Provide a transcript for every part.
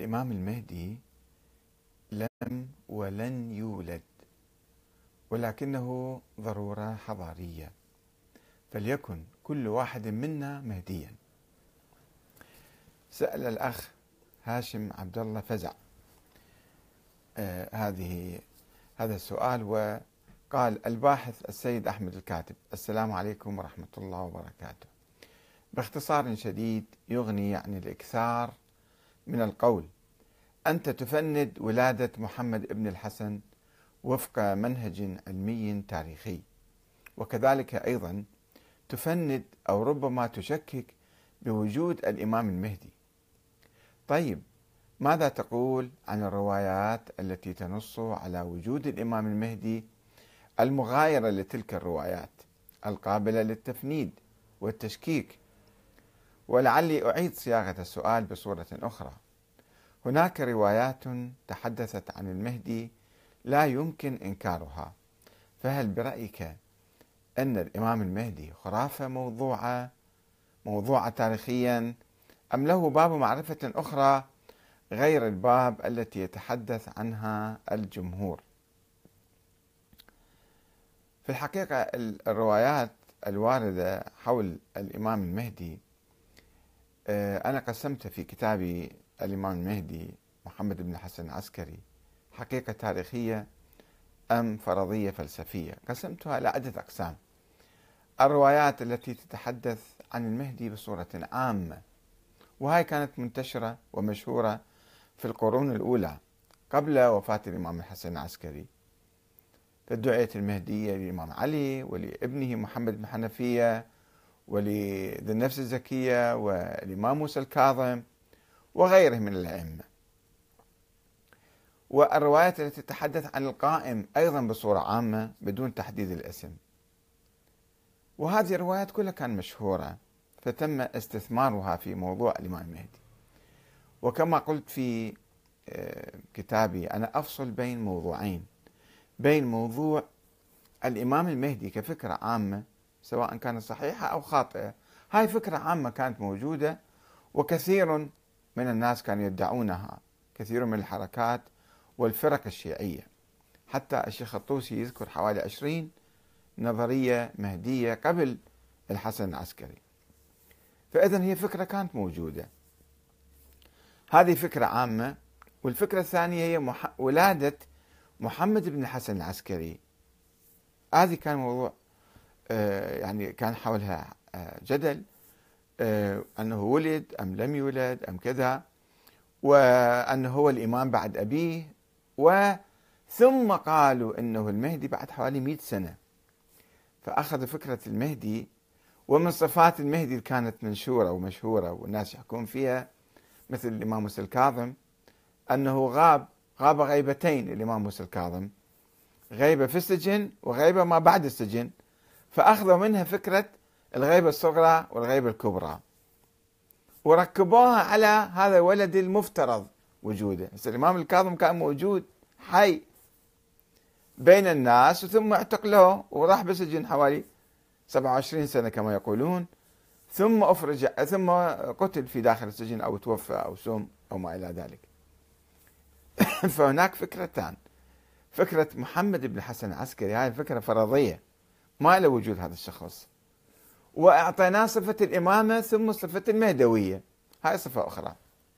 الإمام المهدي لم ولن يولد، ولكنه ضرورة حضارية، فليكن كل واحد منا مهديا. سأل الأخ هاشم عبد الله فزع هذا السؤال، وقال: الباحث السيد أحمد الكاتب، السلام عليكم ورحمة الله وبركاته. باختصار شديد يغني عن الإكثار من القول: أنت تفند ولادة محمد بن الحسن وفق منهج علمي تاريخي، وكذلك أيضا تفند أو ربما تشكك بوجود الإمام المهدي. طيب، ماذا تقول عن الروايات التي تنص على وجود الإمام المهدي المغايرة لتلك الروايات القابلة للتفنيد والتشكيك؟ ولعلي أعيد صياغة السؤال بصورة أخرى. هناك روايات تحدثت عن المهدي لا يمكن إنكارها، فهل برأيك أن الإمام المهدي خرافة موضوعة تاريخيا، أم له باب معرفة أخرى غير الباب التي يتحدث عنها الجمهور؟ في الحقيقة الروايات الواردة حول الإمام المهدي أنا قسمت في كتابي الإمام المهدي محمد بن الحسن العسكري حقيقة تاريخية أم فرضية فلسفية. قسمتها إلى عدة أقسام: الروايات التي تتحدث عن المهدي بصورة عامة، وهي كانت منتشرة ومشهورة في القرون الأولى قبل وفاة الإمام الحسن العسكري، فدعية المهدية للإمام علي ولابنه محمد بن حنفية ولذي النفس الزكية والإمام موسى الكاظم وغيره من الأئمة. والروايات التي تتحدث عن القائم أيضا بصورة عامة بدون تحديد الاسم، وهذه الروايات كلها كانت مشهورة، فتم استثمارها في موضوع الإمام المهدي. وكما قلت في كتابي، أنا أفصل بين موضوعين: بين موضوع الإمام المهدي كفكرة عامة سواء كانت صحيحة أو خاطئة، هاي فكرة عامة كانت موجودة وكثير من الناس كانوا يدعونها، كثير من الحركات والفرق الشيعية، حتى الشيخ الطوسي يذكر حوالي 20 نظرية مهدية قبل الحسن العسكري. فإذن هي فكرة كانت موجودة، هذه فكرة عامة. والفكرة الثانية هي ولادة محمد بن الحسن العسكري، هذه كان موضوع يعني كان حولها جدل، أنه ولد أم لم يولد أم كذا، وأنه هو الإمام بعد أبيه، ثم قالوا أنه المهدي بعد حوالي 100 سنة. فأخذوا فكرة المهدي، ومن صفات المهدي اللي كانت منشورة ومشهورة والناس يحكون فيها مثل الإمام موسى الكاظم أنه غاب غيبتين. الإمام موسى الكاظم غيبة في السجن وغيبة ما بعد السجن، فأخذوا منها فكرة الغيبة الصغرى والغيبة الكبرى وركبوها على هذا الولد المفترض وجوده. الإمام الكاظم كان موجود حي بين الناس، ثم اعتقلوه وراح بالسجن حوالي 27 سنة كما يقولون، ثم ثم قتل في داخل السجن أو توفى أو سم أو ما إلى ذلك. فهناك فكرتان: فكرة محمد بن الحسن العسكري، هذه فكرة فرضية ما له وجود هذا الشخص، وأعطيناه صفة الإمامة ثم صفة المهدوية، هاي صفة أخرى.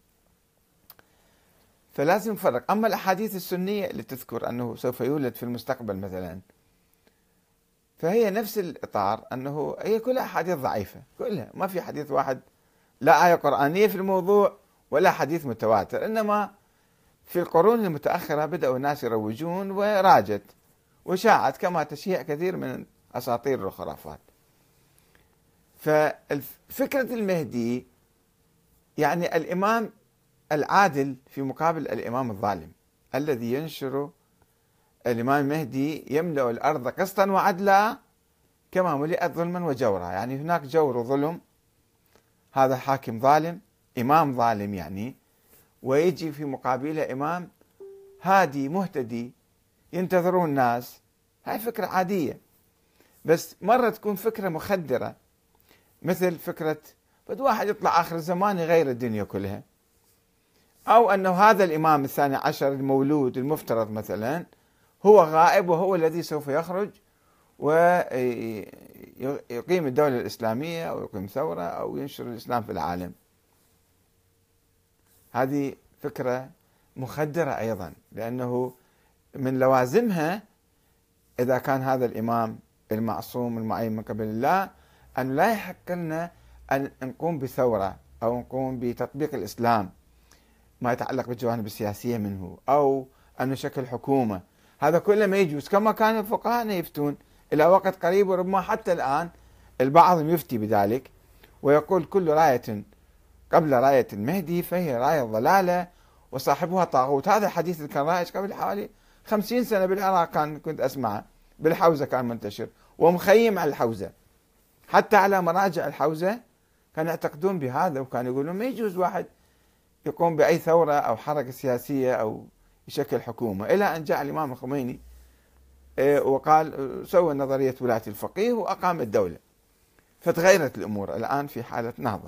فلازم نفرق. أما الأحاديث السنية اللي تذكر أنه سوف يولد في المستقبل مثلا، فهي نفس الإطار، أنه هي كلها أحاديث ضعيفة، كلها، ما في حديث واحد، لا آية قرآنية في الموضوع ولا حديث متواتر. إنما في القرون المتأخرة بدأوا الناس يروجون وراجت وشاعت كما تشيع كثير من أساطير الخرافات. ففكرة المهدي يعني الإمام العادل في مقابل الإمام الظالم الذي ينشر. الإمام المهدي يملأ الأرض قسطا وعدلا كما ملئت ظلما وجورا، يعني هناك جور وظلم، هذا حاكم ظالم، إمام ظالم يعني، ويجي في مقابله إمام هادي مهتدي ينتظرون الناس. هاي فكرة عادية، بس مرة تكون فكرة مخدرة، مثل فكرة بد واحد يطلع آخر الزمان يغير الدنيا كلها، أو أنه هذا الإمام الثاني عشر المولود المفترض مثلا هو غائب وهو الذي سوف يخرج ويقيم الدولة الإسلامية أو يقيم ثورة أو ينشر الإسلام في العالم. هذه فكرة مخدرة أيضا، لأنه من لوازمها إذا كان هذا الإمام المعصوم المعين من قبل الله أن لا يحق لنا أن نقوم بثورة أو نقوم بتطبيق الإسلام ما يتعلق بالجوانب السياسية منه، أو أن نشكل حكومة. هذا كله ما يجوز، كما كان الفقهاء يفتون إلى وقت قريب، وربما حتى الآن البعض يفتي بذلك ويقول كل راية قبل راية المهدي فهي راية ضلالة وصاحبها طاغوت. هذا الحديث اللي كان رائج قبل حوالي 50 سنة بالعراق، كنت أسمعه بالحوزة، كان منتشر ومخيم على الحوزة، حتى على مراجع الحوزة كانوا يعتقدون بهذا، وكانوا يقولون ما يجوز واحد يقوم بأي ثورة أو حركة سياسية أو يشكل حكومة، إلى أن جاء الإمام الخميني وقال سوى نظرية ولاية الفقيه وأقام الدولة، فتغيرت الأمور الآن في حالة نهضة.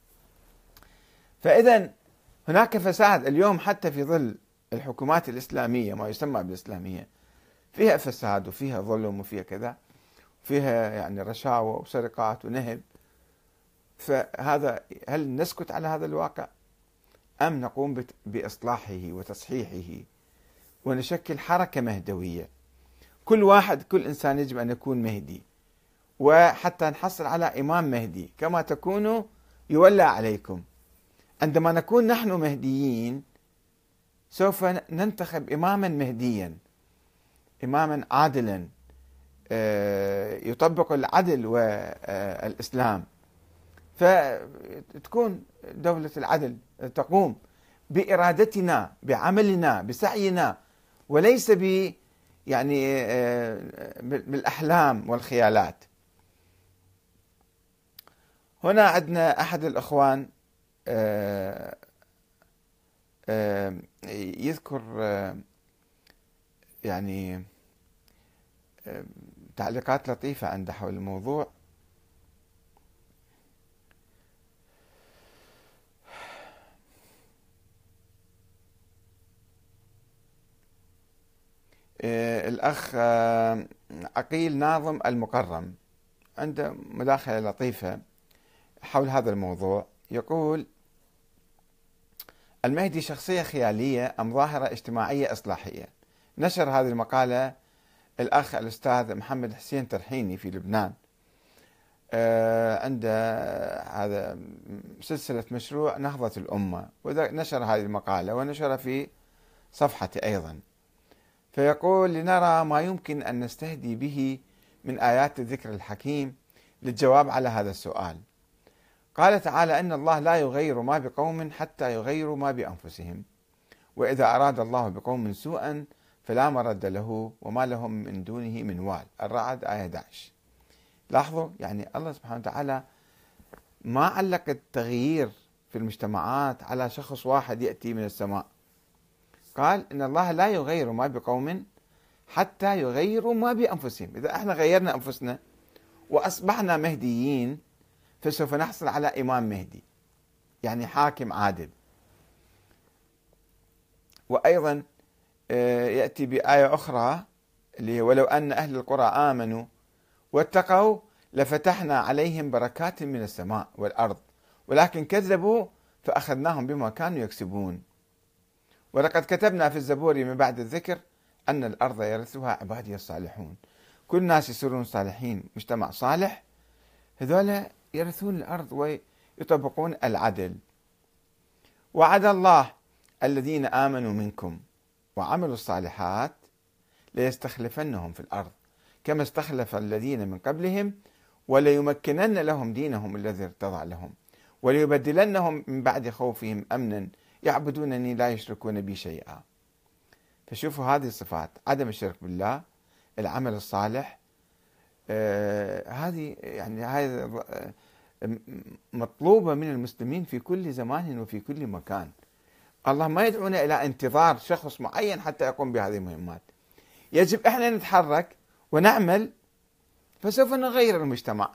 فإذا هناك فساد اليوم حتى في ظل الحكومات الإسلامية، ما يسمى بالإسلامية، فيها فساد وفيها ظلم وفيها كذا، فيها يعني رشاوى وسرقات ونهب. فهذا هل نسكت على هذا الواقع أم نقوم بإصلاحه وتصحيحه ونشكل حركة مهدوية؟ كل إنسان يجب أن يكون مهدي، وحتى نحصل على إمام مهدي كما تكونوا يولى عليكم. عندما نكون نحن مهديين سوف ننتخب إماما مهديا، إماما عادلا يطبق العدل والإسلام، فتكون دولة العدل تقوم بإرادتنا بعملنا بسعينا، وليس يعني بالأحلام والخيالات. هنا عندنا أحد الأخوان يذكر يعني تعليقات لطيفة عنده حول الموضوع. الأخ عقيل ناظم المكرم عنده مداخلة لطيفة حول هذا الموضوع. يقول: المهدي شخصية خيالية أم ظاهرة اجتماعية إصلاحية؟ نشر هذه المقالة الأخ الأستاذ محمد حسين ترحيني في لبنان، عنده هذا سلسلة مشروع نهضة الأمة، ونشر هذه المقالة ونشر في صفحتي أيضا. فيقول: لنرى ما يمكن أن نستهدي به من آيات الذكر الحكيم للجواب على هذا السؤال. قال تعالى: إن الله لا يغير ما بقوم حتى يغيروا ما بأنفسهم، وإذا أراد الله بقوم سوءا فلا مرد له وما لهم من دونه من وال. الرعد آية 11. لاحظوا يعني الله سبحانه وتعالى ما علق التغيير في المجتمعات على شخص واحد يأتي من السماء، قال إن الله لا يغير ما بقوم حتى يغيروا ما بأنفسهم. إذا احنا غيرنا أنفسنا وأصبحنا مهديين فسوف نحصل على إمام مهدي، يعني حاكم عادل. وأيضا يأتي بآية أخرى اللي هي: ولو أن أهل القرى آمنوا واتقوا لفتحنا عليهم بركات من السماء والأرض ولكن كذبوا فأخذناهم بما كانوا يكسبون. ولقد كتبنا في الزبور من بعد الذكر أن الأرض يرثها عبادي الصالحون. كل الناس يصيرون صالحين، مجتمع صالح، هذول يرثون الأرض ويطبقون العدل. وعد الله الذين آمنوا منكم وعملوا الصالحات ليستخلفنهم في الأرض كما استخلف الذين من قبلهم وليمكنن لهم دينهم الذي ارتضى لهم وليبدلنهم من بعد خوفهم أمنا يعبدونني لا يشركون بي شيئا. فشوفوا هذه الصفات: عدم الشرك بالله، العمل الصالح، هذه يعني هذه مطلوبة من المسلمين في كل زمان وفي كل مكان. الله ما يدعونا إلى انتظار شخص معين حتى يقوم بهذه المهمات، يجب احنا نتحرك ونعمل فسوف نغير المجتمع.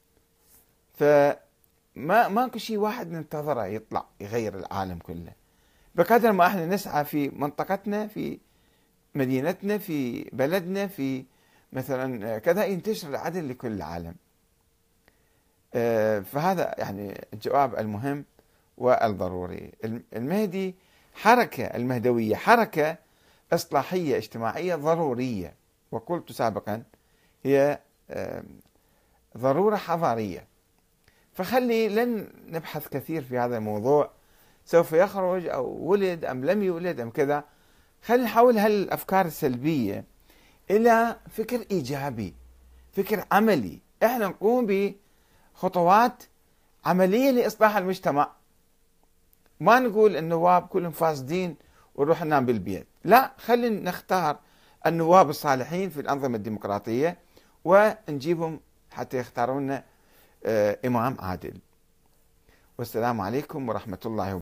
فما ماكو شيء واحد ننتظره يطلع يغير العالم كله، بقدر ما احنا نسعى في منطقتنا، في مدينتنا، في بلدنا، في مثلا كذا، ينتشر العدل لكل العالم. فهذا يعني الجواب المهم والضروري. المهدي حركة، المهدوية حركة إصلاحية اجتماعية ضرورية، وقلت سابقا هي ضرورة حضارية. فخلي لن نبحث كثير في هذا الموضوع، سوف يخرج أو ولد أم لم يولد أم كذا. خلينا نحول هالأفكار السلبية إلى فكر إيجابي، فكر عملي. إحنا نقوم بخطوات عملية لإصلاح المجتمع. ما نقول النواب كلهم فاسدين ونروح ننام بالبيت، لا، خلينا نختار النواب الصالحين في الأنظمة الديمقراطية ونجيبهم حتى يختارون إمام عادل. والسلام عليكم ورحمة الله وبركاته.